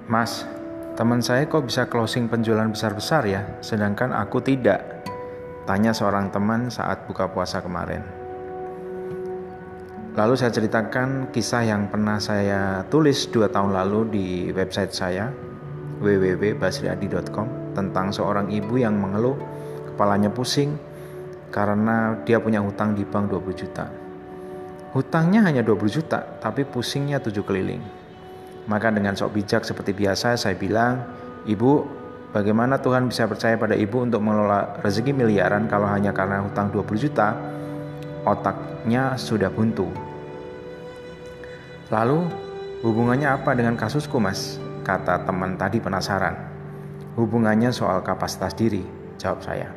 Mas, teman saya kok bisa closing penjualan besar-besar ya, sedangkan aku tidak? Tanya seorang teman saat buka puasa kemarin. Lalu saya ceritakan kisah yang pernah saya tulis 2 tahun lalu di website saya www.basriadi.com tentang seorang ibu yang mengeluh kepalanya pusing karena dia punya hutang di bank 20 juta. Hutangnya hanya 20 juta, tapi pusingnya 7 keliling. Maka dengan sok bijak seperti biasa saya bilang, "Ibu, bagaimana Tuhan bisa percaya pada ibu untuk mengelola rezeki miliaran kalau hanya karena hutang 20 juta? Otaknya sudah buntu." "Lalu hubungannya apa dengan kasusku, Mas?" kata teman tadi penasaran. "Hubungannya soal kapasitas diri," jawab saya.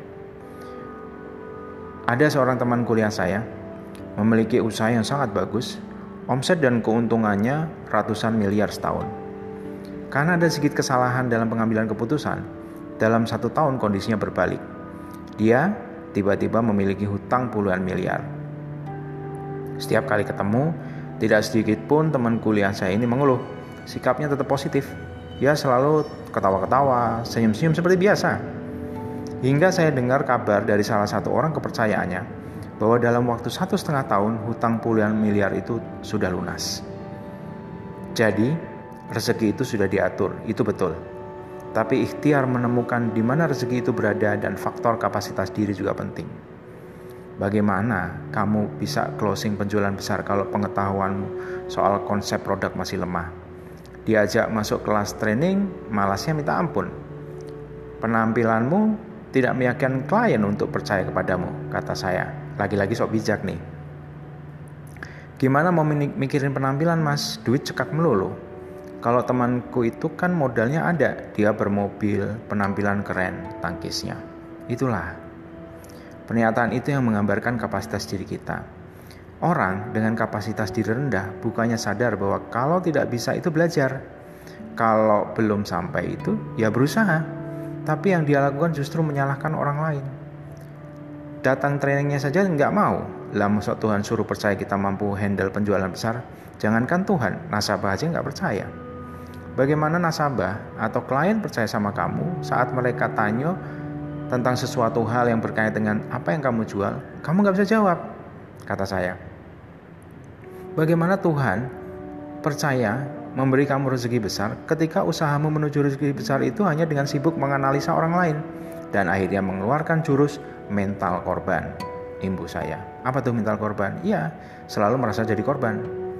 Ada seorang teman kuliah saya memiliki usaha yang sangat bagus, omset dan keuntungannya ratusan miliar setahun. Karena ada sedikit kesalahan dalam pengambilan keputusan, dalam 1 tahun kondisinya berbalik. Dia tiba-tiba memiliki hutang puluhan miliar. Setiap kali ketemu, tidak sedikit pun teman kuliah saya ini mengeluh. Sikapnya tetap positif. Dia selalu ketawa-ketawa, senyum-senyum seperti biasa. Hingga saya dengar kabar dari salah satu orang kepercayaannya bahwa dalam waktu 1,5 tahun hutang puluhan miliar itu sudah lunas. Jadi, rezeki itu sudah diatur, itu betul. Tapi ikhtiar menemukan di mana rezeki itu berada dan faktor kapasitas diri juga penting. Bagaimana kamu bisa closing penjualan besar kalau pengetahuanmu soal konsep produk masih lemah? Diajak masuk kelas training, malasnya minta ampun. Penampilanmu tidak meyakinkan klien untuk percaya kepadamu, kata saya. Lagi-lagi sok bijak nih. "Gimana mau mikirin penampilan, Mas? Duit cekak melulu." "Kalau temanku itu kan modalnya ada. Dia bermobil, penampilan keren, tangkisnya." Itulah. Pernyataan itu yang menggambarkan kapasitas diri kita. Orang dengan kapasitas diri rendah bukannya sadar bahwa kalau tidak bisa itu belajar. Kalau belum sampai itu, ya berusaha. Tapi yang dia lakukan justru menyalahkan orang lain. Datang trainingnya saja nggak mau. Lah masa Tuhan suruh percaya kita mampu handle penjualan besar? Jangankan Tuhan, nasabah aja nggak percaya. Bagaimana nasabah atau klien percaya sama kamu saat mereka tanya tentang sesuatu hal yang berkaitan dengan apa yang kamu jual, kamu nggak bisa jawab, kata saya. Bagaimana Tuhan percaya memberi kamu rezeki besar ketika usahamu menuju rezeki besar itu hanya dengan sibuk menganalisa orang lain dan akhirnya mengeluarkan jurus mental korban? Imbu saya. Apa tuh mental korban? Ya, selalu merasa jadi korban.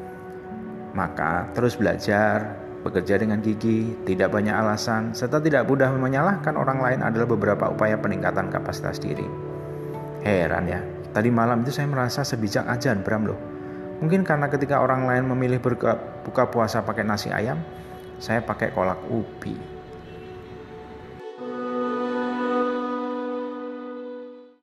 Maka terus belajar, bekerja dengan gigih, tidak banyak alasan, serta tidak mudah menyalahkan orang lain adalah beberapa upaya peningkatan kapasitas diri. Heran ya, tadi malam itu saya merasa sebijak ajan Bram loh. Mungkin karena ketika orang lain memilih buka puasa pakai nasi ayam, saya pakai kolak ubi.